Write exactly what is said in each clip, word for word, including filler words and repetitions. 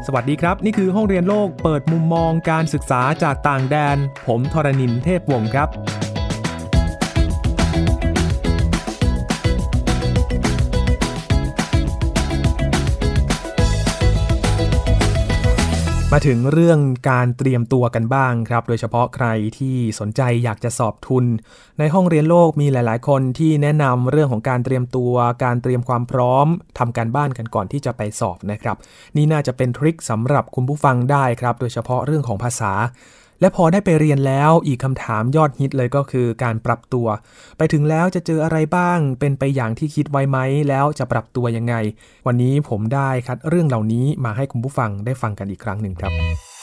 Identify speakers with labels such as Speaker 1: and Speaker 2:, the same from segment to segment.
Speaker 1: สวัสดีครับนี่คือห้องเรียนโลกเปิดมุมมองการศึกษาจากต่างแดนผมธรณินทร์เทพวงศ์ครับมาถึงเรื่องการเตรียมตัวกันบ้างครับโดยเฉพาะใครที่สนใจอยากจะสอบทุนในห้องเรียนโลกมีหลายๆคนที่แนะนำเรื่องของการเตรียมตัวการเตรียมความพร้อมทำการบ้านกันก่อนที่จะไปสอบนะครับนี่น่าจะเป็นทริคสำหรับคุณผู้ฟังได้ครับโดยเฉพาะเรื่องของภาษาและพอได้ไปเรียนแล้วอีกคำถามยอดฮิตเลยก็คือการปรับตัวไปถึงแล้วจะเจออะไรบ้างเป็นไปอย่างที่คิดไว้ไหมแล้วจะปรับตัวยังไงวันนี้ผมได้คัดเรื่องเหล่านี้มาให้คุณผู้ฟังได้ฟังกันอีกครั้งหนึ่งครับ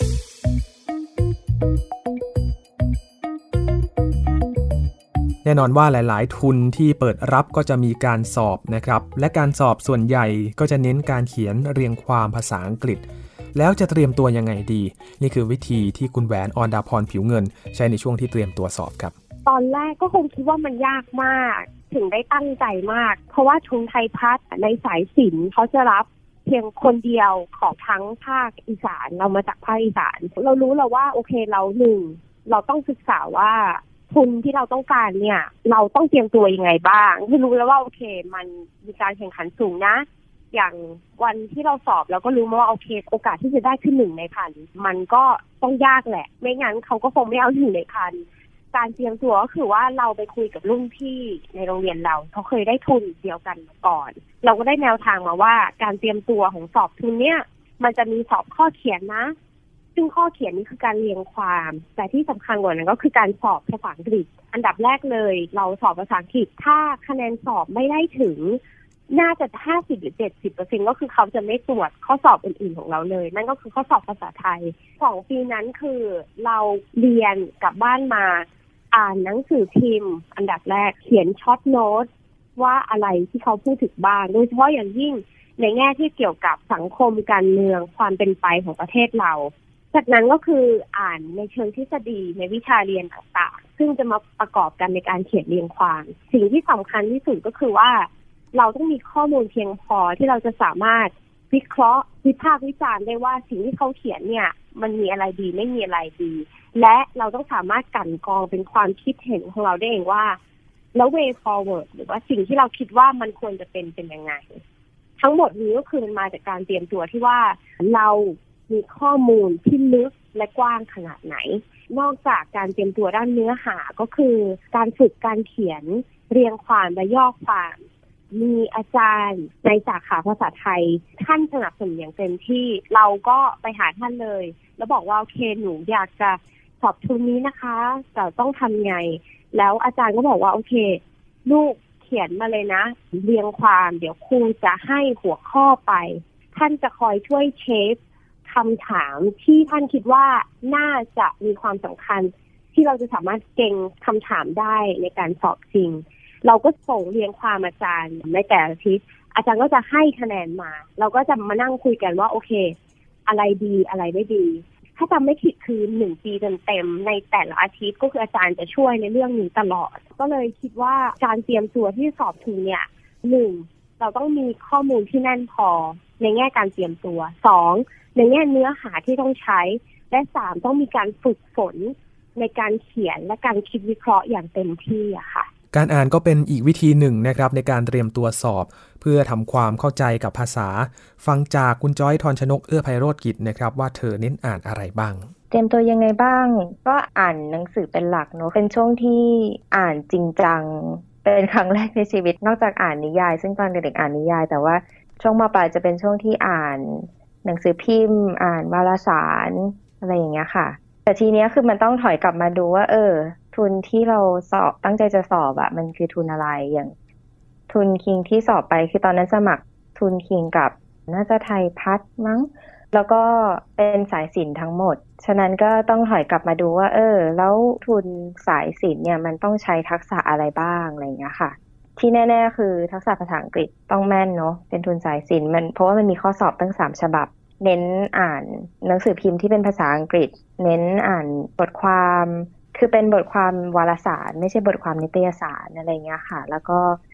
Speaker 1: แน่นอนว่าหลายๆทุนที่เปิดรับก็จะมีการสอบนะครับและการสอบส่วนใหญ่ก็จะเน้นการเขียนเรียงความภาษาอังกฤษแล้วจะเตรียมตัวยังไงดีนี่คือวิธีที่คุณแหวนอรดาพรผิวเงินใช้ในช่วงที่เตรียมตัวสอบครับ
Speaker 2: ตอนแรกก็คงคิดว่ามันยากมากถึงได้ตั้งใจมากเพราะว่าทุนไทยพัฒน์ในสายศิลป์เขาจะรับเพียงคนเดียวของทั้งภาคอีสานเรามาจากภาคอีสานเรารู้แล้วว่าโอเคเราหนึ่งเราต้องศึกษาว่าทุนที่เราต้องการเนี่ยเราต้องเตรียมตัวยังไงบ้างคือรู้แล้วว่าโอเคมันมีการแข่งขันสูงนะอย่างวันที่เราสอบเราก็รู้มาว่าโอเคโอกาสที่จะได้ขึ้นหนึ่งในพันมันก็ต้องยากแหละไม่งั้นเขาก็คงไม่เอาหนึ่งในพันการเตรียมตัวก็คือว่าเราไปคุยกับรุ่นพี่ในโรงเรียนเราเขาเคยได้ทุนเดียวกันมาก่อนเราก็ได้แนวทางมาว่าการเตรียมตัวของสอบทุนเนี่ยมันจะมีสอบข้อเขียนนะซึ่งข้อเขียนนี่คือการเรียงความแต่ที่สำคัญกว่านั้นก็คือการสอบภาษาอังกฤษอันดับแรกเลยเราสอบภาษาอังกฤษถ้าคะแนนสอบไม่ได้ถึงน่าจะห้าสิบหรือ เจ็ดสิบเปอร์เซ็นต์ ก็คือเขาจะไม่ตรวจข้อสอบอื่นๆของเราเลยนั่นก็คือข้อสอบภาษาไทยสองปีนั้นคือเราเรียนกลับบ้านมาอ่านหนังสือพิมพ์อันดับแรกเขียนช็อตโน้ตว่าอะไรที่เขาพูดถึงบ้างโดยเฉพาะอย่างยิ่งในแง่ที่เกี่ยวกับสังคมการเมืองความเป็นไปของประเทศเราจากนั้นก็คืออ่านในเชิงทฤษฎีในวิชาเรียนต่างๆซึ่งจะมาประกอบกันในการเขียนเรียงความสิ่งที่สำคัญที่สุดก็คือว่าเราต้องมีข้อมูลเพียงพอที่เราจะสามารถวิเคราะห์วิพากษ์วิจารณ์ได้ว่าสิ่งที่เขาเขียนเนี่ยมันมีอะไรดีไม่มีอะไรดีและเราต้องสามารถกลั่นกรองเป็นความคิดเห็นของเราได้เองว่าแล้ว way forward หรือว่าสิ่งที่เราคิดว่ามันควรจะเป็นเป็นยังไงทั้งหมดนี้ก็คือมันมาจากการเตรียมตัวที่ว่าเรามีข้อมูลที่ลึกและกว้างขนาดไหนนอกจากการเตรียมตัวด้านเนื้อหาก็คือการฝึกการเขียนเรียงความและย่อความมีอาจารย์ในสาขาภาษาไทยท่านสนับสนุนอย่างเต็มที่เราก็ไปหาท่านเลยแล้วบอกว่าโอเคหนูอยากจะสอบทุนนี้นะคะแต่ต้องทำไงแล้วอาจารย์ก็บอกว่าโอเคลูกเขียนมาเลยนะเรียงความเดี๋ยวครูจะให้หัวข้อไปท่านจะคอยช่วยเชฟคำถามที่ท่านคิดว่าน่าจะมีความสำคัญที่เราจะสามารถเก่งคำถามได้ในการสอบจริงเราก็ส่งเรียงความอาจารย์ในแต่ละอาทิตย์อาจารย์ก็จะให้คะแนนมาเราก็จะมานั่งคุยกันว่าโอเคอะไรดีอะไรไม่ดีถ้าจำไม่ผิดคือหนึ่งปีเต็มๆในแต่ละอาทิตย์ก็คืออาจารย์จะช่วยในเรื่องนี้ตลอดก็เลยคิดว่าการเตรียมตัวที่สอบทุนเนี่ยหนึ่งเราต้องมีข้อมูลที่แน่นพอในแง่การเตรียมตัวสองในแง่เนื้อหาที่ต้องใช้และสามต้องมีการฝึกฝนในการเขียนและการคิดวิเคราะห์อย่างเต็มที่อะค่ะ
Speaker 1: การอ่านก็เป็นอีกวิธีหนึ่งนะครับในการเตรียมตัวสอบเพื่อทำความเข้าใจกับภาษาฟังจากคุณจ้อยธรชนกเอื้อไพโรจน์กิจนะครับว่าเธอเน้นอ่านอะไรบ้าง
Speaker 3: เตรียมตัวยังไงบ้างก็อ่านหนังสือเป็นหลักเนอะเป็นช่วงที่อ่านจริงจังเป็นครั้งแรกในชีวิตนอกจากอ่านนิยายซึ่งตอนเด็กๆอ่านนิยายแต่ว่าช่วงม.ปลายจะเป็นช่วงที่อ่านหนังสือพิมพ์อ่านวารสารอะไรอย่างเงี้ยค่ะแต่ทีเนี้ยคือมันต้องถอยกลับมาดูว่าเออทุนที่เราสอบตั้งใจจะสอบอะมันคือทุนอะไรอย่างทุนคิงที่สอบไปคือตอนนั้นสมัครทุนคิงกับน่าจะไทยพัฒน์มั้งแล้วก็เป็นสายศิลป์ทั้งหมดฉะนั้นก็ต้องถอยกลับมาดูว่าเออแล้วทุนสายศิลป์เนี่ยมันต้องใช้ทักษะอะไรบ้างอะไรอย่างเงี้ยค่ะที่แน่ๆคือทักษะภาษาอังกฤษต้องแม่นเนาะเป็นทุนสายศิลป์มันเพราะว่ามันมีข้อสอบตั้งสามฉบับเน้นอ่านหนังสือพิมพ์ที่เป็นภาษาอังกฤษเน้นอ่านบทความคือเป็นบทความวารสารไม่ใช่บทความนิตยสารอะไรเงี้ยค่ะแล้วก็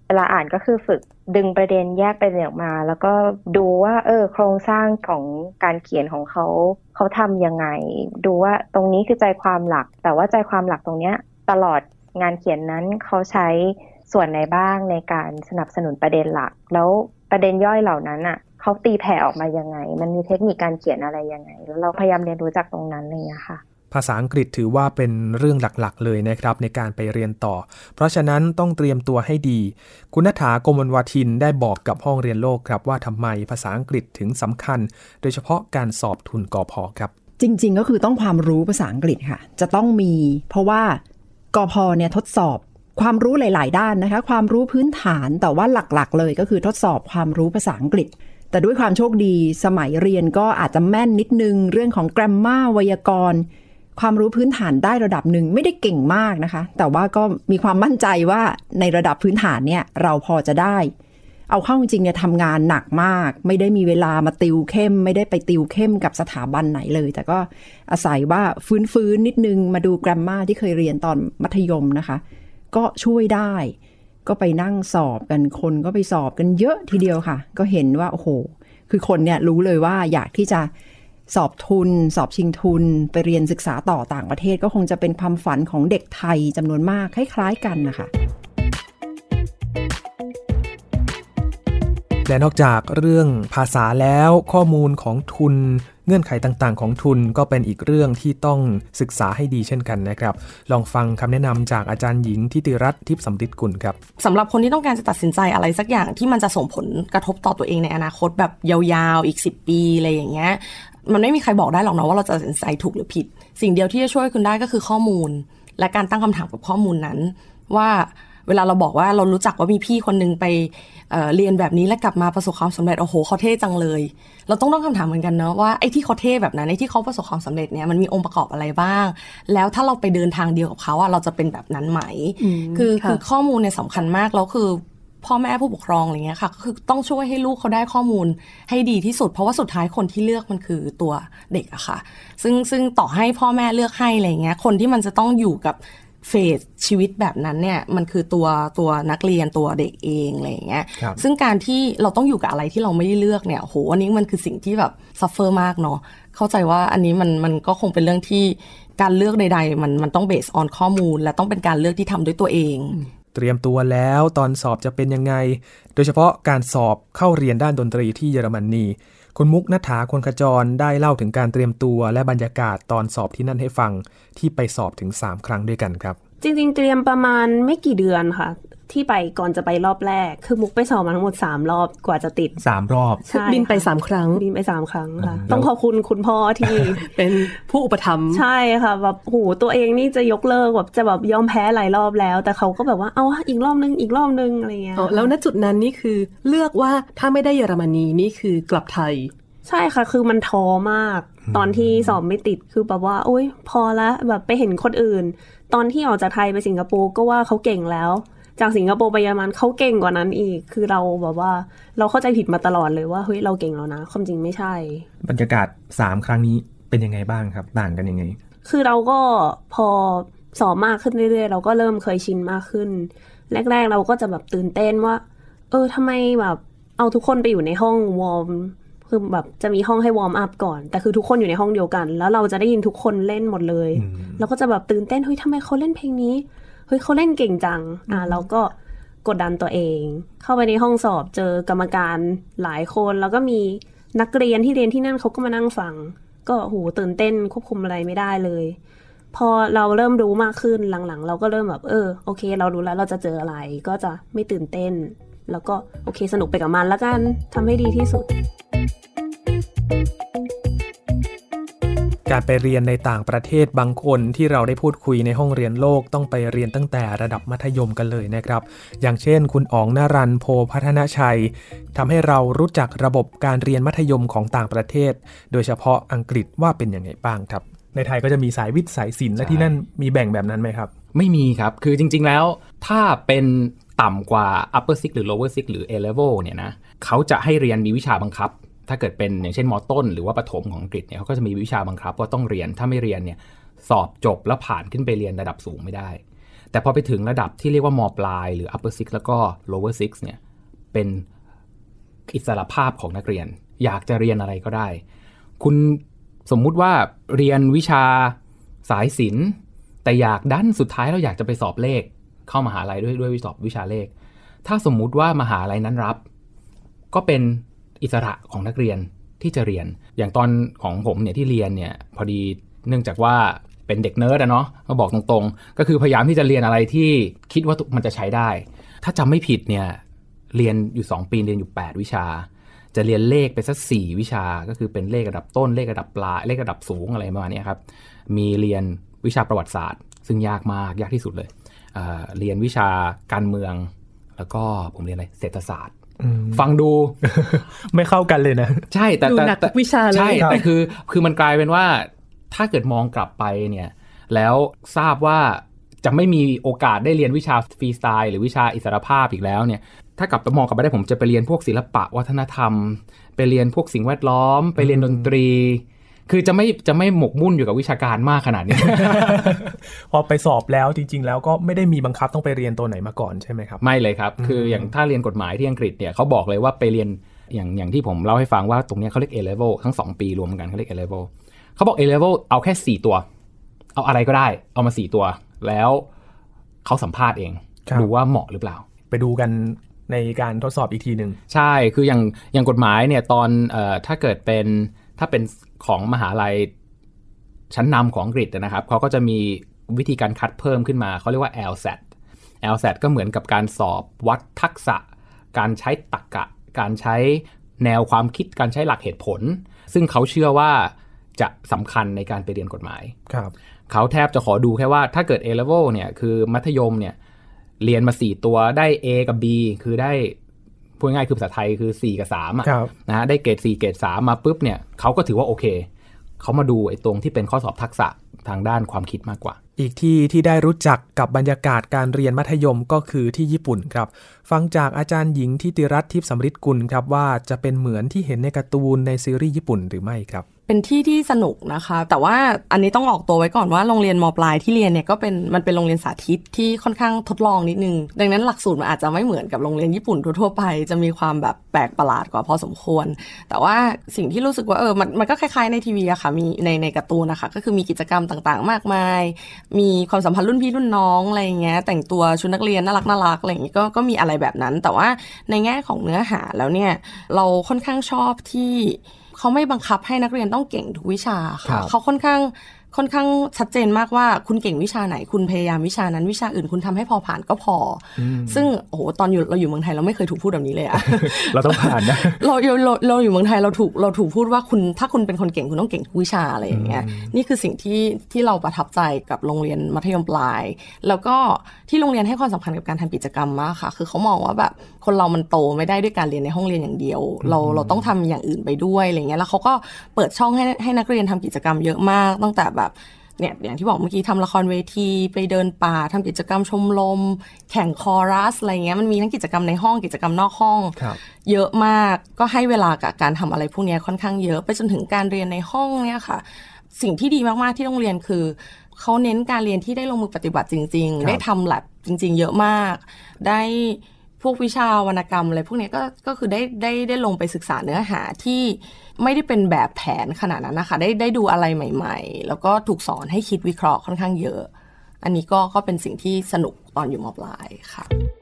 Speaker 3: เวลาอ่านก็คือฝึกดึงประเด็นแยกประเด็นออกมาแล้วก็ดูว่าเออโครงสร้างของการเขียนของเขาเขาทำยังไงดูว่าตรงนี้คือใจความหลักแต่ว่าใจความหลักตรงเนี้ยตลอดงานเขียนนั้นเขาใช้ส่วนไหนบ้างในการสนับสนุนประเด็นหลักแล้วประเด็นย่อยเหล่านั้นอ่ะเขาตีแผ่ออกมายังไงมันมีเทคนิคการเขียนอะไรยังไงแล้วเราพยายามเรียนรู้จากตรงนั้นอะไรอย่างเงี้ยค่ะ
Speaker 1: ภาษาอังกฤษถือว่าเป็นเรื่องหลักๆเลยนะครับในการไปเรียนต่อเพราะฉะนั้นต้องเตรียมตัวให้ดีคุณณฐา โกมลวาทินได้บอกกับห้องเรียนโลกครับว่าทำไมภาษาอังกฤษถึงสำคัญโดยเฉพาะการสอบทุนกพ.ครับ
Speaker 4: จริงๆก็คือต้องความรู้ภาษาอังกฤษค่ะจะต้องมีเพราะว่ากพ.เนี่ยทดสอบความรู้หลายๆด้านนะคะความรู้พื้นฐานแต่ว่าหลักๆเลยก็คือทดสอบความรู้ภาษาอังกฤษแต่ด้วยความโชคดีสมัยเรียนก็อาจจะแม่นนิดนึงเรื่องของ grammar ไวยากรณ์ความรู้พื้นฐานได้ระดับหนึ่งไม่ได้เก่งมากนะคะแต่ว่าก็มีความมั่นใจว่าในระดับพื้นฐานเนี่ยเราพอจะได้เอาเข้าจริงๆเนี่ยทำงานหนักมากไม่ได้มีเวลามาติวเข้มไม่ได้ไปติวเข้มกับสถาบันไหนเลยแต่ก็อาศัยว่าฟื้นๆนิดนึงมาดู grammar ที่เคยเรียนตอนมัธยมนะคะก็ช่วยได้ก็ไปนั่งสอบกันคนก็ไปสอบกันเยอะทีเดียวค่ะก็เห็นว่าโอ้โหคือคนเนี่ยรู้เลยว่าอยากที่จะสอบทุนสอบชิงทุนไปเรียนศึกษาต่อต่างประเทศก็คงจะเป็นความฝันของเด็กไทยจำนวนมากคล้ายๆกันนะคะ
Speaker 1: และนอกจากเรื่องภาษาแล้วข้อมูลของทุนเงื่อนไขต่างๆของทุนก็เป็นอีกเรื่องที่ต้องศึกษาให้ดีเช่นกันนะครับลองฟังคำแนะนำจากอาจารย์หญิงทิติรัตน์ทิพย์สำริดกุลครับ
Speaker 5: สำหรับคนที่ต้องการจะตัดสินใจอะไรสักอย่างที่มันจะส่งผลกระทบต่อตัวเองในอนาคตแบบยาวๆอีกสิบปีอะไรอย่างเงี้ยมันไม่มีใครบอกได้หรอกนะว่าเราจะตัดสินใจถูกหรือผิดสิ่งเดียวที่จะช่วยคุณได้ก็คือข้อมูลและการตั้งคำถามกับข้อมูลนั้นว่าเวลาเราบอกว่าเรารู้จักว่ามีพี่คนนึงไป เอ่อ เรียนแบบนี้แล้วกลับมาประสบความสำเร็จโอ้โหเขาเท่จังเลยเราต้องตั้งคำถามเหมือนกันเนาะว่าไอ้ที่เขาเท่แบบนั้นไอ้ที่เขาประสบความสำเร็จเนี่ยมันมีองค์ประกอบอะไรบ้างแล้วถ้าเราไปเดินทางเดียวกับเขาอะเราจะเป็นแบบนั้นไหมคือคือข้อมูลเนี่ยสำคัญมากแล้วคือพ่อแม่ผู้ปกครองอะไรเงี้ยค่ะก็คือต้องช่วยให้ลูกเขาได้ข้อมูลให้ดีที่สุดเพราะว่าสุดท้ายคนที่เลือกมันคือตัวเด็กอะค่ะซึ่งซึ่งต่อให้พ่อแม่เลือกให้อะไรเงี้ยคนที่มันจะต้องอยู่กับเฟสชีวิตแบบนั้นเนี่ยมันคือตัวตัวนักเรียนตัวเด็กเองอะไรอย่างเงี้ยซึ่งการที่เราต้องอยู่กับอะไรที่เราไม่ได้เลือกเนี่ยโหอันนี้มันคือสิ่งที่แบบซัฟเฟอร์มากเนาะเข้าใจว่าอันนี้มันมันก็คงเป็นเรื่องที่การเลือกใดๆมันมันต้องเบสออนข้อมูลและต้องเป็นการเลือกที่ทำด้วยตัวเอง
Speaker 1: เตรียมตัวแล้วตอนสอบจะเป็นยังไงโดยเฉพาะการสอบเข้าเรียนด้านดนตรีที่เยอรมนีคุณมุกณฐา คนขจรได้เล่าถึงการเตรียมตัวและบรรยากาศตอนสอบที่นั่นให้ฟังที่ไปสอบถึงสามครั้งด้วยกันครับ
Speaker 6: จริงๆเตรียมประมาณไม่กี่เดือนค่ะที่ไปก่อนจะไปรอบแรกคือมุกไปสอบมาทั้งหมดสามรอบกว่าจะติด
Speaker 1: สามรอบ
Speaker 5: บินไปสามครั้ง
Speaker 6: บินไปสามครั้งค่ะต้องขอบคุณคุณพ่อที่
Speaker 5: เป็นผู้อุปถัมภ์
Speaker 6: ใช่ค่ะแบบโหตัวเองนี่จะยกเลิกแบบจะแบบยอมแพ้หลายรอบแล้วแต่เขาก็แบบว่าเอาอีกรอบนึงอีกรอบนึงอะไรเงี้ย
Speaker 5: แล้วณจุดนั้นนี่คือเลือกว่าถ้าไม่ได้เยอรมนีนี่คือกลับไทย
Speaker 6: ใช่ค่ะคือมันท้อมากตอนที่สอบไม่ติดคือแบบว่าโอ๊ยพอละแบบไปเห็นคนอื่นตอนที่ออกจากไทยไปสิงคโปร์ก็ว่าเขาเก่งแล้วจากสิงคโปร์ไปเยอรมันเขาเก่งกว่านั้นอีกคือเราแบบว่าเราเข้าใจผิดมาตลอดเลยว่าเฮ้ยเราเก่งแล้วนะความจริงไม่ใช่
Speaker 1: บรรยากาศสามครั้งนี้เป็นยังไงบ้างครับต่างกันยังไง
Speaker 6: คือเราก็พอสอบมากขึ้นเรื่อยๆเราก็เริ่มเคยชินมากขึ้นแรกๆเราก็จะแบบตื่นเต้นว่าเออทำไมแบบเอาทุกคนไปอยู่ในห้องวอร์มคือแบบจะมีห้องให้วอร์มอัพก่อนแต่คือทุกคนอยู่ในห้องเดียวกันแล้วเราจะได้ยินทุกคนเล่นหมดเลยเราก็จะแบบตื่นเต้นเฮ้ยทำไมเขาเล่นเพลงนี้เฮ้ยเขาเล่นเก่งจังอ่าเราก็กดดันตัวเองเข้าไปในห้องสอบเจอกรรมการหลายคนแล้วก็มีนักเรียนที่เรียนที่นั่นเขาก็มานั่งฟังก็โหตื่นเต้นควบคุมอะไรไม่ได้เลยพอเราเริ่มรู้มากขึ้นหลังๆเราก็เริ่มแบบเออโอเคเรารู้แล้วเราจะเจออะไรก็จะไม่ตื่นเต้นแล้วก็โอเคสนุกไปกับมันแล้วกันทำให้ดีที่สุด
Speaker 1: การไปเรียนในต่างประเทศบางคนที่เราได้พูดคุยในห้องเรียนโลกต้องไปเรียนตั้งแต่ระดับมัธยมกันเลยนะครับอย่างเช่นคุณอ๋องนรันโพพัฒนชัยทำให้เรารู้จักระบบการเรียนมัธยมของต่างประเทศโดยเฉพาะอังกฤษว่าเป็นยังไงบ้างครับในไทยก็จะมีสายวิทย์สายศิลป์และที่นั่นมีแบ่งแบบนั้นไหมครับ
Speaker 7: ไม่มีครับคือจริงๆแล้วถ้าเป็นต่ำกว่า upper six หรือ lower six หรือ A level เนี่ยนะเขาจะให้เรียนมีวิชาบังคับถ้าเกิดเป็นอย่างเช่นม.ต้นหรือว่าประถมของอังกฤษเนี่ยเขาก็จะมีวิชาบังคับว่าต้องเรียนถ้าไม่เรียนเนี่ยสอบจบแล้วผ่านขึ้นไปเรียนระดับสูงไม่ได้แต่พอไปถึงระดับที่เรียกว่ามปลายหรือ upper six แล้วก็ lower six เนี่ยเป็นอิสรภาพของนักเรียนอยากจะเรียนอะไรก็ได้คุณสมมุติว่าเรียนวิชาสายศิลป์แต่อยากดันสุดท้ายเราอยากจะไปสอบเลขเข้ามหาลัยด้วยด้วยสอบวิชาเลขถ้าสมมุติว่ามหาลัยนั้นรับก็เป็นอิสระของนักเรียนที่จะเรียนอย่างตอนของผมเนี่ยที่เรียนเนี่ยพอดีเนื่องจากว่าเป็นเด็กเนิร์ดอะเนาะก็บอกตรงๆก็คือพยายามที่จะเรียนอะไรที่คิดว่ามันจะใช้ได้ถ้าจำไม่ผิดเนี่ยเรียนอยู่สองปีเรียนอยู่แปดวิชาจะเรียนเลขไปสักสี่วิชาก็คือเป็นเลขระดับต้นเลขระดับปลายเลขระดับสูงอะไรประมาณนี้ครับมีเรียนวิชาประวัติศาสตร์ซึ่งยากมากยากที่สุดเลย เอ่อ เรียนวิชาการเมืองแล้วก็ผมเรียนอะไรเศรษฐศาสตร์ฟังดู
Speaker 1: ไม่เข้ากันเลยนะ
Speaker 7: ใช่แต่แต่
Speaker 5: วิชาเลย
Speaker 7: ใช่แต่คือคือมันกลายเป็นว่าถ้าเกิดมองกลับไปเนี่ยแล้วทราบว่าจะไม่มีโอกาสได้เรียนวิชาฟรีสไตล์หรือวิชาอิสรภาพอีกแล้วเนี่ยถ้ากลับไปมองกลับไปได้ผมจะไปเรียนพวกศิลปะวัฒนธรรมไปเรียนพวกสิ่งแวดล้อมไปเรียนดนตรีคือจะไม่จะไม่หมกมุ่นอยู่กับวิชาการมากขนาดนี้
Speaker 1: พอไปสอบแล้วจริงๆแล้วก็ไม่ได้มีบังคับต้องไปเรียนตัวไหนมาก่อนใช่ไหมครับ
Speaker 7: ไม่เลยครับคืออย่างถ้าเรียนกฎหมายที่อังกฤษเนี่ยเขาบอกเลยว่าไปเรียนอย่างอย่างที่ผมเล่าให้ฟังว่าตรงนี้เขาเรียก A level ทั้งสองปีรวมกันเขาเรียก A level เขาบอก A level เอาแค่สี่ตัวเอาอะไรก็ได้เอามาสี่ตัวแล้วเขาสัมภาษณ์เองดูว่าเหมาะหรือเปล่า
Speaker 1: ไปดูกันในการทดสอบอีกทีหนึ่ง
Speaker 7: ใช่คืออย่างอย่างกฎหมายเนี่ยตอนเอ่อถ้าเกิดเป็นถ้าเป็นของมหาลัยชั้นนำของอังกฤษนะครับเขาก็จะมีวิธีการคัดเพิ่มขึ้นมาเขาเรียกว่า แอล แซท แอล แซท ก็เหมือนกับการสอบวัดทักษะการใช้ตรรกะการใช้แนวความคิดการใช้หลักเหตุผลซึ่งเขาเชื่อว่าจะสำคัญในการไปเรียนกฎหมาย
Speaker 1: ครับ
Speaker 7: เขาแทบจะขอดูแค่ว่าถ้าเกิด A level เนี่ยคือมัธยมเนี่ยเรียนมาสี่ตัวได้ A กับ B คือได้พูดง่ายคือภาษาไทยคือสี่กับสามอ่ะนะฮะได้เกรดสี่เกรดสามมาปุ๊บเนี่ยเขาก็ถือว่าโอเคเขามาดูไอ้ตรงที่เป็นข้อสอบทักษะทางด้านความคิดมากกว่า
Speaker 1: อีกที่ที่ได้รู้จักกับบรรยากาศการเรียนมัธยมก็คือที่ญี่ปุ่นครับฟังจากอาจารย์หญิงทิติรัตน์ทิพย์สำริดกุลครับว่าจะเป็นเหมือนที่เห็นในการ์ตูนในซีรีส์ญี่ปุ่นหรือไม่ครับ
Speaker 5: เป็นที่ที่สนุกนะคะแต่ว่าอันนี้ต้องออกตัวไว้ก่อนว่าโรงเรียนม.ปลายที่เรียนเนี่ยก็เป็นมันเป็นโรงเรียนสาธิตที่ค่อนข้างทดลองนิดนึงดังนั้นหลักสูตรมันอาจจะไม่เหมือนกับโรงเรียนญี่ปุ่นทั่วไปจะมีความแบบแปลกประหลาดกว่าพอสมควรแต่ว่าสิ่งที่รู้สึกว่าเออมันมันก็คล้ายๆในทีวีอะค่ะมีในในการ์ตูนนะคะก็คือมีกิจกรรมต่างๆมากมายมีความสัมพันธ์รุ่นพี่รุ่นน้องอะไรอย่างเงี้ยแต่งตัวชุดนักเรียนน่ารักน่ารักอะไรอย่างงี้ก็ก็มีอะไรแบบนั้นแต่ว่าในแง่ของเนื้อหาแล้วเนี่ยเราค่อนข้างชอบที่เขาไม่บังคับให้นักเรียนต้องเก่งทุกวิชาค่ะเขาค่อนข้างค่อนข้างชัดเจนมากว่าคุณเก่งวิชาไหนคุณพยายามวิชานั้นวิชาอื่นคุณทำให้พอผ่านก็พอซึ่งโอ้โหตอนอยู่เราอยู่เมืองไทยเราไม่เคยถูกพูดแบบนี้เลยอะ
Speaker 1: เราต้องผ่านนะ
Speaker 5: เราเราเราอยู่เมืองไทยเราถูกเราถูกพูดว่าคุณถ้าคุณเป็นคนเก่งคุณต้องเก่งทุกวิชาอะไรอย่างเงี้ยนี่คือสิ่งที่ที่เราประทับใจกับโรงเรียนมัธยมปลายแล้วก็ที่โรงเรียนให้ความสำคัญกับการทำกิจกรรมมากค่ะคือเขามองว่าแบบคนเรามันโตไม่ได้ด้วยการเรียนในห้องเรียนอย่างเดียวเราเราต้องทำอย่างอื่นไปด้วยอะไรเงี้ยแล้วเขาก็เปิดช่องให้ให้นักเรียนทำกิจกรรมเยอะมากตั้งแต่แบบเนี่ยอย่างที่บอกเมื่อกี้ทำละครเวทีไปเดินป่าทำกิจกรรมชมรมแข่งคอรัสอะไรเงี้ยมันมีทั้งกิจกรรมในห้องกิจกรรมนอกห้องเยอะมากก็ให้เวลากับการทำอะไรพวกนี้ค่อนข้างเยอะไปจนถึงการเรียนในห้องเนี่ยค่ะสิ่งที่ดีมากๆที่โรงเรียนคือเขาเน้นการเรียนที่ได้ลงมือปฏิบัติจริงๆได้ทำแลบจริงๆเยอะมากได้พวกวิชาวรรณกรรมอะไรพวกนี้ก็ก็คือได้ได้ได้ลงไปศึกษาเนื้อหาที่ไม่ได้เป็นแบบแผนขนาดนั้นนะคะได้ได้ดูอะไรใหม่ๆแล้วก็ถูกสอนให้คิดวิเคราะห์ค่อนข้างเยอะอันนี้ก็ก็เป็นสิ่งที่สนุกตอนอยู่ม.ปลายค่ะ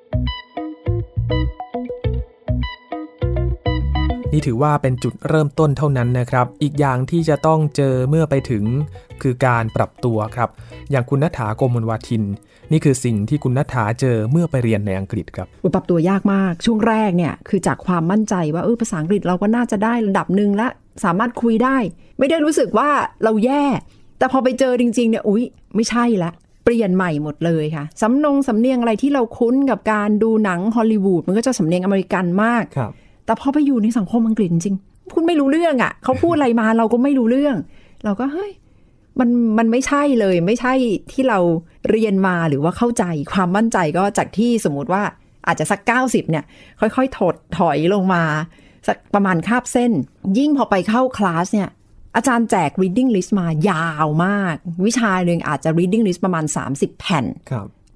Speaker 1: นี่ถือว่าเป็นจุดเริ่มต้นเท่านั้นนะครับอีกอย่างที่จะต้องเจอเมื่อไปถึงคือการปรับตัวครับอย่างคุณณฐา โกมลวาทินนี่คือสิ่งที่คุณณฐาเจอเมื่อไปเรียนในอังกฤษครับ
Speaker 4: ปรับตัวยากมากช่วงแรกเนี่ยคือจากความมั่นใจว่าเออภาษาอังกฤษเราก็น่าจะได้ระดับหนึ่งและสามารถคุยได้ไม่ได้รู้สึกว่าเราแย่แต่พอไปเจอจริงๆเนี่ยอุ๊ยไม่ใช่ละเปลี่ยนใหม่หมดเลยค่ะสำนงสำเนียงอะไรที่เราคุ้นกับการดูหนังฮอลลีวูดมันก็จะสำเนียงอเมริกันมากแต่พอไปอยู่ในสังคมอังกฤษจริงคุณไม่รู้เรื่องอ่ะเขาพูดอะไรมาเราก็ไม่รู้เรื่องเราก็เฮ้ยมันมันไม่ใช่เลยไม่ใช่ที่เราเรียนมาหรือว่าเข้าใจความมั่นใจก็จากที่สมมุติว่าอาจจะสักเก้าสิบเนี่ยค่อยๆถดถอยลงมาสักประมาณคาบเส้นยิ่งพอไปเข้าคลาสเนี่ยอาจารย์แจก reading list มายาวมากวิชาหนึ่งอาจจะ reading list ประมาณสามสิบแผ่น
Speaker 1: ครับ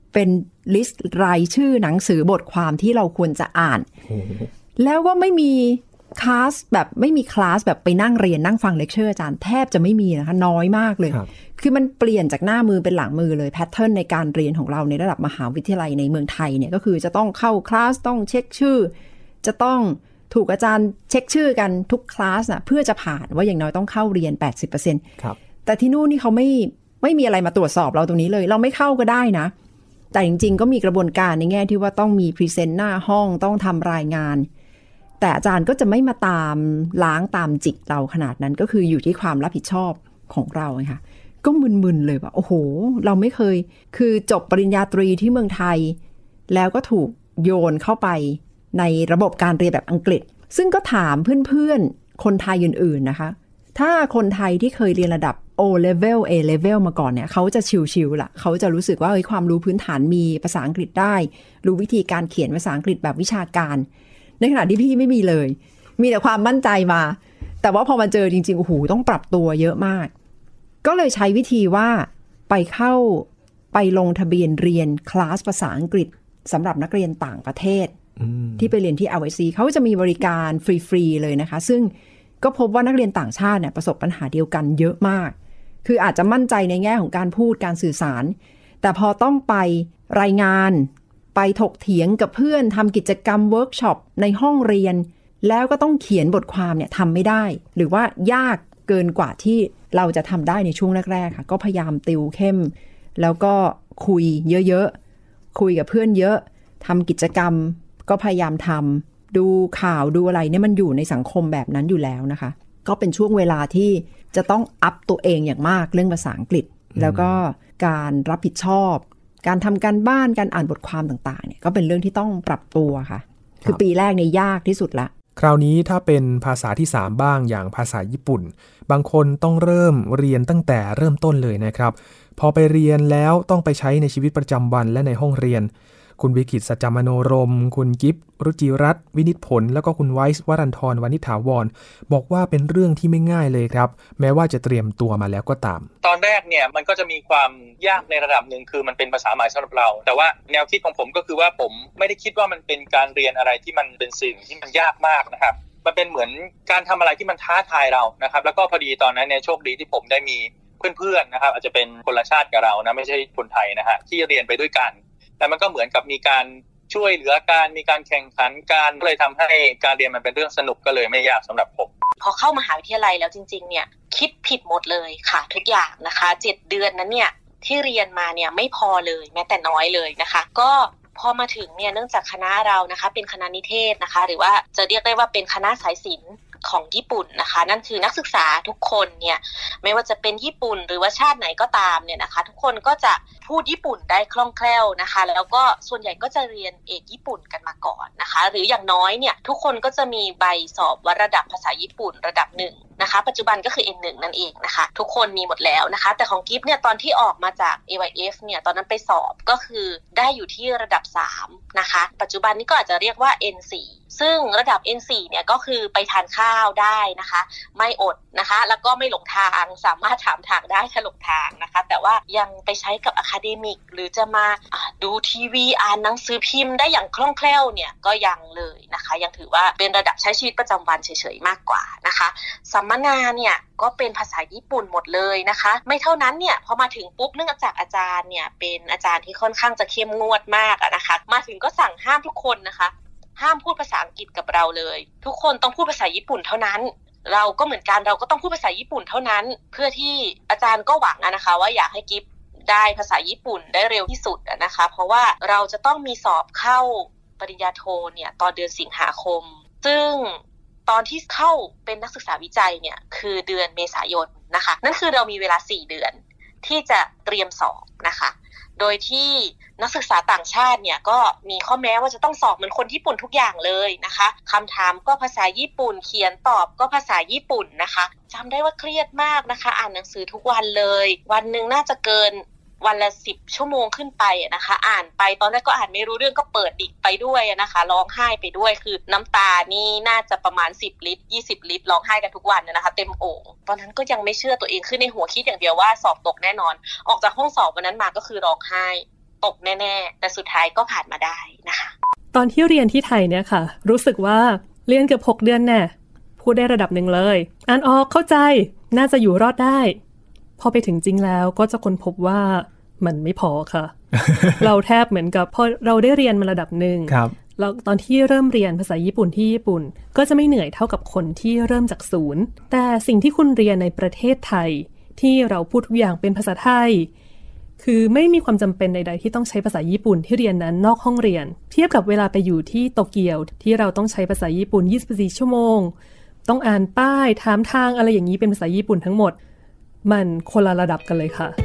Speaker 4: เป็นลิสต์รายชื่อหนังสือบทความที่เราควรจะอ่านแล้วก็ไม่มีคลาสแบบไม่มีคลาสแบบไปนั่งเรียนนั่งฟังเลคเชอร์อาจารย์แทบจะไม่มีนะคะน้อยมากเลย ค, คือมันเปลี่ยนจากหน้ามือเป็นหลังมือเลยแพทเทิร์นในการเรียนของเราในระดับมหาวิทยาลัยในเมืองไทยเนี่ยก็คือจะต้องเข้าคลาสต้องเช็คชื่อจะต้องถูกอาจารย์เช็คชื่อกันทุกคลาสนะเพื่อจะผ่านว่าอย่างน้อยต้องเข้าเรียน แปดสิบเปอร์เซ็นต์
Speaker 1: ครับ
Speaker 4: แต่ที่นู่นนี่เขาไม่ไม่มีอะไรมาตรวจสอบเราตรงนี้เลยเราไม่เข้าก็ได้นะแต่จริงๆก็มีกระบวนการในแง่ที่ว่าต้องมีพรีเซนต์หน้าห้องต้องทำรายงานแต่อาจารย์ก็จะไม่มาตามล้างตามจิกเราขนาดนั้นก็คืออยู่ที่ความรับผิดชอบของเราไงค่ะก็มึนๆเลยว่าโอ้โหเราไม่เคยคือจบปริญญาตรีที่เมืองไทยแล้วก็ถูกโยนเข้าไปในระบบการเรียนแบบอังกฤษซึ่งก็ถามเพื่อนๆคนไทยอื่นๆนะคะถ้าคนไทยที่เคยเรียนระดับ O level A level มาก่อนเนี่ยเขาจะชิลๆล่ะเขาจะรู้สึกว่าเฮ้ยความรู้พื้นฐานมีภาษาอังกฤษได้รู้วิธีการเขียนภาษาอังกฤษแบบวิชาการในขณะที่พี่ไม่มีเลยมีแต่ความมั่นใจมาแต่ว่าพอมาเจอจริงๆโอ้โหต้องปรับตัวเยอะมากก็เลยใช้วิธีว่าไปเข้าไปลงทะเบียนเรียนคลาสภาษาอังกฤษสำหรับนักเรียนต่างประเทศที่ไปเรียนที่ แอล ไอ ซี เขาจะมีบริการฟรีๆเลยนะคะซึ่งก็พบว่านักเรียนต่างชาติเนี่ยประสบปัญหาเดียวกันเยอะมากคืออาจจะมั่นใจในแง่ของการพูดการสื่อสารแต่พอต้องไปรายงานไปถกเถียงกับเพื่อนทำกิจกรรมเวิร์กช็อปในห้องเรียนแล้วก็ต้องเขียนบทความเนี่ยทำไม่ได้หรือว่ายากเกินกว่าที่เราจะทำได้ในช่วงแรกๆค่ะก็พยายามติวเข้มแล้วก็คุยเยอะๆคุยกับเพื่อนเยอะทำกิจกรรมก็พยายามทำดูข่าวดูอะไรเนี่ยมันอยู่ในสังคมแบบนั้นอยู่แล้วนะคะก็เป็นช่วงเวลาที่จะต้องอัพตัวเองอย่างมากเรื่องภาษาอังกฤษแล้วก็การรับผิดชอบการทำการบ้านการอ่านบทความต่างๆเนี่ยก็เป็นเรื่องที่ต้องปรับตัวค่ะคือปีแรกเนี่ยยากที่สุดละ
Speaker 1: คราวนี้ถ้าเป็นภาษาที่สามบ้างอย่างภาษาญี่ปุ่นบางคนต้องเริ่มเรียนตั้งแต่เริ่มต้นเลยนะครับพอไปเรียนแล้วต้องไปใช้ในชีวิตประจำวันและในห้องเรียนคุณวิกิต สัจจมโนรมคุณกิฟต์รุจิรัตน์วินิจผลแล้วก็คุณไวซ์วรันทรวณิษฐาวรบอกว่าเป็นเรื่องที่ไม่ง่ายเลยครับแม้ว่าจะเตรียมตัวมาแล้วก็ตาม
Speaker 8: ตอนแรกเนี่ยมันก็จะมีความยากในระดับหนึ่งคือมันเป็นภาษาใหม่สำหรับเราแต่ว่าแนวคิดของผมก็คือว่าผมไม่ได้คิดว่ามันเป็นการเรียนอะไรที่มันเป็นสิ่งที่มันยากมากนะครับมันเป็นเหมือนการทำอะไรที่มันท้าทายเรานะครับแล้วก็พอดีตอนนั้นเนี่ยโชคดีที่ผมได้มีเพื่อนๆนะครับอาจจะเป็นคนละชาติกับเรานะไม่ใช่คนไทยนะฮะที่เรียนไปด้วยกันแต่มันก็เหมือนกับมีการช่วยเหลือการมีการแข่งขันการก็เลยทำให้การเรียนมันเป็นเรื่องสนุกก็เลยไม่ยากสำหรับผม
Speaker 9: พอเข้ามหาวิทยาลัยแล้วจริงๆเนี่ยคิดผิดหมดเลยค่ะทุกอย่างนะคะเจ็ดเดือนนั้นเนี่ยที่เรียนมาเนี่ยไม่พอเลยแม้แต่น้อยเลยนะคะก็พอมาถึงเนี่ยเนื่องจากคณะเรานะคะเป็นคณะนิเทศนะคะหรือว่าจะเรียกได้ว่าเป็นคณะสายศิลป์ของญี่ปุ่นนะคะนั่นคือนักศึกษาทุกคนเนี่ยไม่ว่าจะเป็นญี่ปุ่นหรือว่าชาติไหนก็ตามเนี่ยนะคะทุกคนก็จะพูดญี่ปุ่นได้คล่องแคล่วนะคะแล้วก็ส่วนใหญ่ก็จะเรียนเอกญี่ปุ่นกันมาก่อนนะคะหรืออย่างน้อยเนี่ยทุกคนก็จะมีใบสอบวัดระดับภาษาญี่ปุ่นระดับหนึ่งนะคะปัจจุบันก็คือ เอ็น หนึ่ง นั่นเองนะคะทุกคนมีหมดแล้วนะคะแต่ของกิฟต์เนี่ยตอนที่ออกมาจาก เอ วาย เอฟ เนี่ยตอนนั้นไปสอบก็คือได้อยู่ที่ระดับสามนะคะปัจจุบันนี้ก็อาจจะเรียกว่า เอ็น โฟร์ ซึ่งระดับ เอ็น โฟร์ เนี่ยก็คือไปทานข้าวได้นะคะไม่อดนะคะแล้วก็ไม่หลงทางสามารถถามทางได้ถ้าหลงทางนะคะแต่ว่ายังไปใช้กับอะคาเดมิกหรือจะมาดูทีวีอ่านหนังสือพิมพ์ได้อย่างคล่องแคล่วเนี่ยก็ยังเลยนะคะยังถือว่าเป็นระดับใช้ชีวิตประจำวันเฉยๆมากกว่านะคะสัมมนาเนี่ยก็เป็นภาษาญี่ปุ่นหมดเลยนะคะไม่เท่านั้นเนี่ยพอมาถึงปุ๊บเนื่องจากอาจารย์เนี่ยเป็นอาจารย์ที่ค่อนข้างจะเข้มงวดมากนะคะมาถึงก็สั่งห้ามทุกคนนะคะห้ามพูดภาษาอังกฤษกับเราเลยทุกคนต้องพูดภาษาญี่ปุ่นเท่านั้นเราก็เหมือนกันเราก็ต้องพูดภาษาญี่ปุ่นเท่านั้นเพื่อที่อาจารย์ก็หวังนะคะว่าอยากให้กิฟต์ได้ภาษาญี่ปุ่นได้เร็วที่สุดนะคะเพราะว่าเราจะต้องมีสอบเข้าปริญญาโทเนี่ยตอนเดือนสิงหาคมซึ่งตอนที่เข้าเป็นนักศึกษาวิจัยเนี่ยคือเดือนเมษายนนะคะนั่นคือเรามีเวลาสี่เดือนที่จะเตรียมสอบนะคะโดยที่นักศึกษาต่างชาติเนี่ยก็มีข้อแม้ว่าจะต้องสอบเหมือนคนญี่ปุ่นทุกอย่างเลยนะคะคำถามก็ภาษาญี่ปุ่นเขียนตอบก็ภาษาญี่ปุ่นนะคะจำได้ว่าเครียดมากนะคะอ่านหนังสือทุกวันเลยวันนึงน่าจะเกินวันละสิบชั่วโมงขึ้นไปนะคะอ่านไปตอนแรกก็อ่านไม่รู้เรื่องก็เปิดดิกไปด้วยนะคะร้องไห้ไปด้วยคือน้ำตานี่น่าจะประมาณสิบลิตรยี่สิบลิตรร้องไห้กันทุกวันนะคะเต็มโอ่งตอนนั้นก็ยังไม่เชื่อตัวเองขึ้นในหัวคิดอย่างเดียวว่าสอบตกแน่นอนออกจากห้องสอบวันนั้นมาก็คือร้องไห้ตกแน่ๆแต่สุดท้ายก็ผ่านมาได้นะคะ
Speaker 10: ตอนที่เรียนที่ไทยเนี่ยค่ะรู้สึกว่าเรียนเกือบหกเดือนแน่พูดได้ระดับหนึ่งเลยอ่านออกเข้าใจน่าจะอยู่รอดได้พอไปถึงจริงแล้วก็จะค้นพบว่ามันไม่พอค่ะ เราแทบเหมือนกับพอเราได้เรียนมาระดับหนึ่งแล้วตอนที่เริ่มเรียนภาษาญี่ปุ่นที่ญี่ปุ่นก็จะไม่เหนื่อยเท่ากับคนที่เริ่มจากศูนย์แต่สิ่งที่คุณเรียนในประเทศไทยที่เราพูดทุกอย่างเป็นภาษาไทยคือไม่มีความจำเป็นใดๆที่ต้องใช้ภาษาญี่ปุ่นที่เรียนนั้นนอกห้องเรียนเทียบกับเวลาไปอยู่ที่โตเกียวที่เราต้องใช้ภาษาญี่ปุ่นยี่สิบสี่ชั่วโมงต้องอ่านป้ายถามทางอะไรอย่างนี้เป็นภาษาญี่ปุ่นทั้งหมดมันคนละระดับกันเลยค่ะ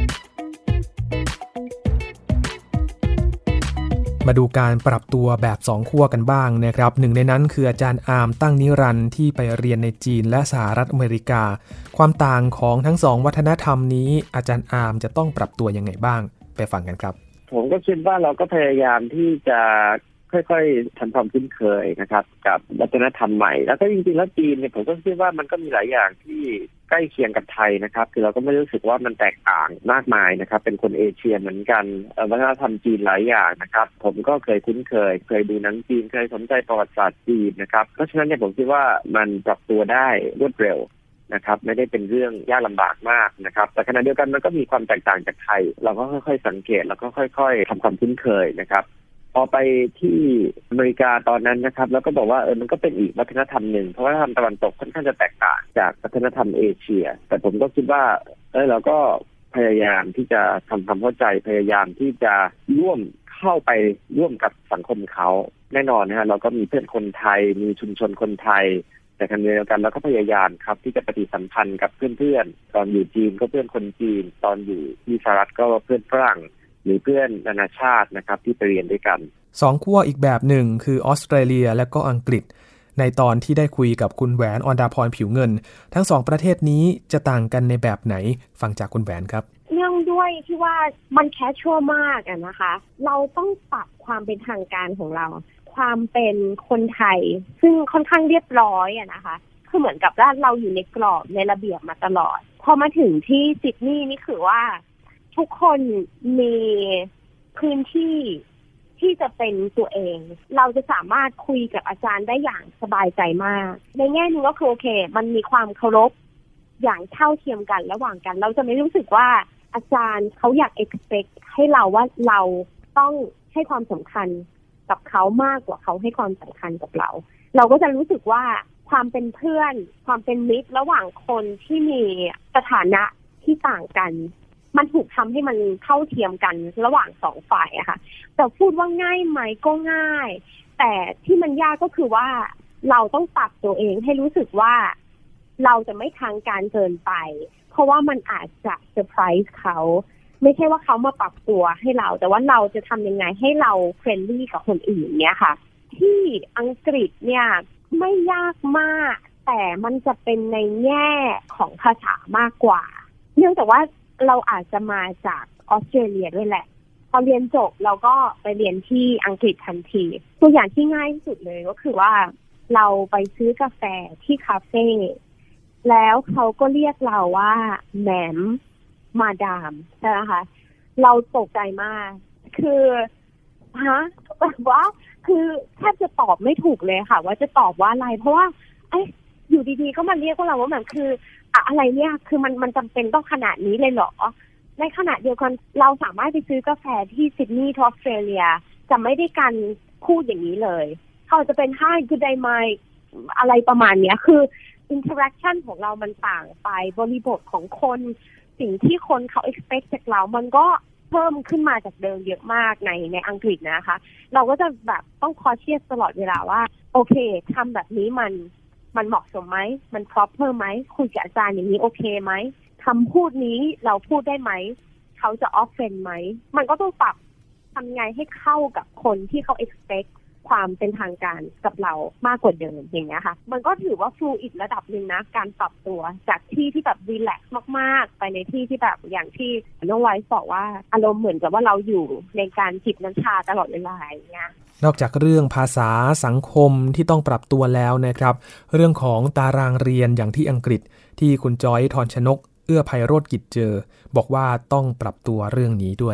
Speaker 1: มาดูการปรับตัวแบบสองขั้วกันบ้างนะครับหนึ่งในนั้นคืออาจารย์อาร์มตั้งนิรันดร์ที่ไปเรียนในจีนและสหรัฐอเมริกาความต่างของทั้งสองวัฒนธรรมนี้อาจารย์อาร์มจะต้องปรับตัวยังไงบ้างไปฟังกันครับ
Speaker 11: ผมก็คิดว่าเราก็พยายามที่จะค่อยๆทำความคุ้นเคยนะครับกับวัฒนธรรมใหม่แล้วก็จริงๆแล้วจีนเนี่ยผมก็คิดว่ามันก็มีหลายอย่างที่ใกล้เคียงกับไทยนะครับคือเราก็ไม่รู้สึกว่ามันแตกต่างมากมายนะครับเป็นคนเอเชียเหมือนกันวัฒนธรรมจีนหลายอย่างนะครับผมก็เคยคุ้นเคยเคยดูหนังจีนเคยสนใจประวัติศาสตร์จีนนะครับเพราะฉะนั้นเนี่ยผมคิดว่ามันปรับตัวได้รวดเร็วนะครับไม่ได้เป็นเรื่องยากลำบากมากนะครับแต่ขณะเดียวกันมันก็มีความแตกต่างจากไทยเราก็ค่อยๆสังเกตแล้วก็ค่อยๆทำความคุ้นเคยนะครับพอไปที่อเมริกาตอนนั้นนะครับแล้วก็บอกว่าเออมันก็เป็นอีกวัฒนธรรมหนึ่งเพราะวัฒนธรรมตะวันตกค่อนข้างจะแตกต่างจากวัฒนธรรมเอเชียแต่ผมก็คิดว่าเออเราก็พยายามที่จะทำความเข้าใจพยายามที่จะร่วมเข้าไปร่วมกับสังคมเขาแน่นอนนะฮะเราก็มีเพื่อนคนไทยมีชุมชนคนไทยแต่ขณะเดียวกันเราก็พยายามครับที่จะปฏิสัมพันธ์กับเพื่อนๆตอนอยู่จีนก็เพื่อนคนจีนตอนอยู่ที่สหรัฐก็เพื่อนฝรั่งหรือเพื่อนนานาชาตินะครับที่ไปเรียนด้วยกัน
Speaker 1: สองขั้วอีกแบบหนึ่งคือออสเตรเลียและก็อังกฤษในตอนที่ได้คุยกับคุณแหวนอรดาพรผิวเงินทั้งสองประเทศนี้จะต่างกันในแบบไหนฟังจากคุณแหวนครับ
Speaker 2: เรื่องด้วยที่ว่ามันแคชชวลมากอะนะคะเราต้องปรับความเป็นทางการของเราความเป็นคนไทยซึ่งค่อนข้างเรียบร้อยอะนะคะคือเหมือนกับว่าเราอยู่ในกรอบในระเบียบมาตลอดพอมาถึงที่ซิดนีย์นี่คือว่าทุกคนมีพื้นที่ที่จะเป็นตัวเองเราจะสามารถคุยกับอาจารย์ได้อย่างสบายใจมากในแง่นึงก็คือโอเคมันมีความเคารพอย่างเท่าเทียมกันระหว่างกันเราจะไม่รู้สึกว่าอาจารย์เขาอยาก expect ให้เราว่าเราต้องให้ความสำคัญกับเขามากกว่าเขาให้ความสำคัญกับเราเราก็จะรู้สึกว่าความเป็นเพื่อนความเป็นมิตรระหว่างคนที่มีสถานะที่ต่างกันมันถูกทำให้มันเท่าเทียมกันระหว่างสองฝ่ายอะค่ะแต่พูดว่าง่ายไหมก็ง่ายแต่ที่มันยากก็คือว่าเราต้องปรับตัวเองให้รู้สึกว่าเราจะไม่ทางการเกินไปเพราะว่ามันอาจจะเซอร์ไพรส์เขาไม่ใช่ว่าเขามาปรับตัวให้เราแต่ว่าเราจะทำยังไงให้เราเฟรนลี่กับคนอื่นเนี่ยค่ะที่อังกฤษเนี่ยไม่ยากมากแต่มันจะเป็นในแง่ของภาษามากกว่าเนื่องจากว่าเราอาจจะมาจากออสเตรเลียด้วยแหละพอเรียนจบเราก็ไปเรียนที่อังกฤษทันทีตัวอย่างที่ง่ายที่สุดเลยก็คือว่าเราไปซื้อกาแฟที่คาเฟ่แล้วเขาก็เรียกเราว่าแหมมมาดามใช่ไหมคะเราตกใจมากคือฮะแบบว่าคือแทบจะตอบไม่ถูกเลยค่ะว่าจะตอบว่าอะไรเพราะว่าเอ๊ะอยู่ดีๆก็มาเรียกว่าเราว่าแบบคืออะไรเนี่ยคือมันมันจำเป็นต้องขนาดนี้เลยเหรอในขณะเดียวกันเราสามารถไปซื้อกาแฟที่ซิดนีย์ที่ออสเตรเลียจะไม่ได้การพูดอย่างนี้เลยเขาจะเป็น Hi Good Day My อะไรประมาณเนี้ยคืออินเทอร์แอคชั่นของเรามันต่างไปบริบทของคนสิ่งที่คนเขา expect จากเรามันก็เพิ่มขึ้นมาจากเดิมเยอะมากในในอังกฤษนะคะเราก็จะแบบต้องคอเชียสตลอดเวลาว่าโอเคทำแบบนี้มันมันเหมาะสมไหมมัน proper ไหมคุยกับอาจารย์อย่างนี้โอเคไหมคำพูดนี้เราพูดได้ไหมเขาจะ offend ไหมมันก็ต้องปรับทำไงให้เข้ากับคนที่เขา expect ความเป็นทางการกับเรามากกว่าเดิมอย่างเงี้ยค่ะมันก็ถือว่าฟลูอิดระดับหนึ่งนะการปรับตัวจากที่ที่แบบรีแลกซ์มากๆไปในที่ที่แบบอย่างที่น้องไวท์บอกว่าอารมณ์เหมือนกับว่าเราอยู่ในการจิบน้ำชาตลอดเวลาอย่างเงี้ย
Speaker 1: นอกจากเรื่องภาษาสังคมที่ต้องปรับตัวแล้วนะครับเรื่องของตารางเรียนอย่างที่อังกฤษที่คุณจอยทรชนกเอื้อไพโรจน์กิจเจอบอกว่าต้องปรับตัวเรื่องนี้ด้วยครับ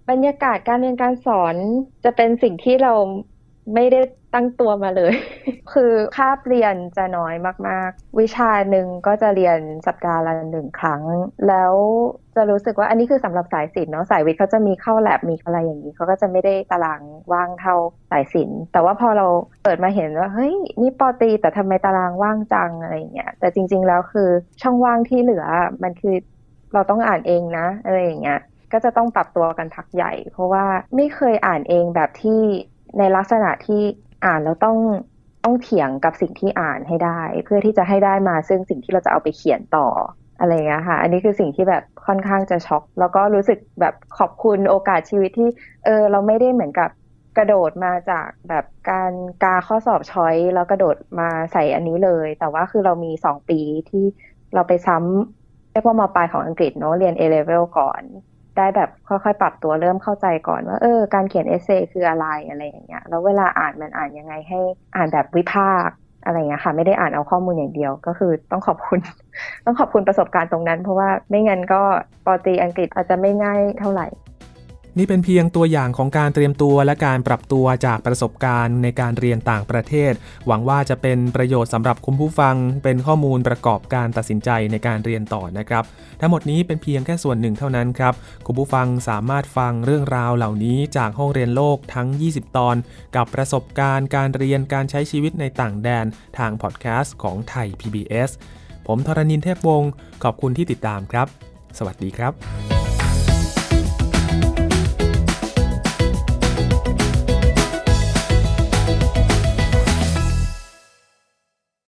Speaker 3: บรรยากาศการเรียนการสอนจะเป็นสิ่งที่เราไม่ได้ตั้งตัวมาเลย คือคาบเรียนจะน้อยมากๆวิชาหนึ่งก็จะเรียนสัปดาห์ละหนึ่งครั้งแล้วจะรู้สึกว่าอันนี้คือสำหรับสายศิลป์เนาะสายวิทย์เขาจะมีเข้าแลบมีอะไรอย่างนี้เขาก็จะไม่ได้ตารางว่างเท่าสายศิลป์แต่ว่าพอเราเปิดมาเห็นว่าเฮ้ยนี่ปอตรีแต่ทำไมตารางว่างจังอะไรอย่างเงี้ยแต่จริงๆแล้วคือช่องว่างที่เหลือมันคือเราต้องอ่านเองนะอะไรอย่างเงี้ยก็จะต้องปรับตัวกันพักใหญ่เพราะว่าไม่เคยอ่านเองแบบที่ในลักษณะที่อ่านแล้วต้องต้องเถียงกับสิ่งที่อ่านให้ได้เพื่อที่จะให้ได้มาซึ่งสิ่งที่เราจะเอาไปเขียนต่ออะไรอย่างเงี้ยค่ะอันนี้คือสิ่งที่แบบค่อนข้างจะช็อกแล้วก็รู้สึกแบบขอบคุณโอกาสชีวิตที่เออเราไม่ได้เหมือนกับกระโดดมาจากแบบการกาข้อสอบช้อยแล้วกระโดดมาใส่อันนี้เลยแต่ว่าคือเรามีสองปีที่เราไปซ้ำเรียกว่าม.ปลายของอังกฤษเนาะเรียน A level ก่อนได้แบบค่อยๆปรับตัวเริ่มเข้าใจก่อนว่าเออการเขียนเอเซคืออะไรอะไรอย่างเงี้ยแล้วเวลาอ่านมันอ่านยังไงให้อ่านแบบวิพากษ์อะไรอย่างเงี้ยค่ะไม่ได้อ่านเอาข้อมูลอย่างเดียวก็คือต้องขอบคุณ ต้องขอบคุณประสบการณ์ตรงนั้นเพราะว่าไม่งั้นก็ปอตรีอังกฤษอาจจะไม่ง่ายเท่าไหร่
Speaker 1: นี่เป็นเพียงตัวอย่างของการเตรียมตัวและการปรับตัวจากประสบการณ์ในการเรียนต่างประเทศหวังว่าจะเป็นประโยชน์สำหรับคุณผู้ฟังเป็นข้อมูลประกอบการตัดสินใจในการเรียนต่อนะครับทั้งหมดนี้เป็นเพียงแค่ส่วนหนึ่งเท่านั้นครับคุณผู้ฟังสามารถฟังเรื่องราวเหล่านี้จากห้องเรียนโลกทั้งยี่สิบตอนกับประสบการณ์การเรียนการใช้ชีวิตในต่างแดนทางพอดแคสต์ของไทย พี บี เอส ผมธรณินทร์เทพวงศ์ขอบคุณที่ติดตามครับสวัสดีครับ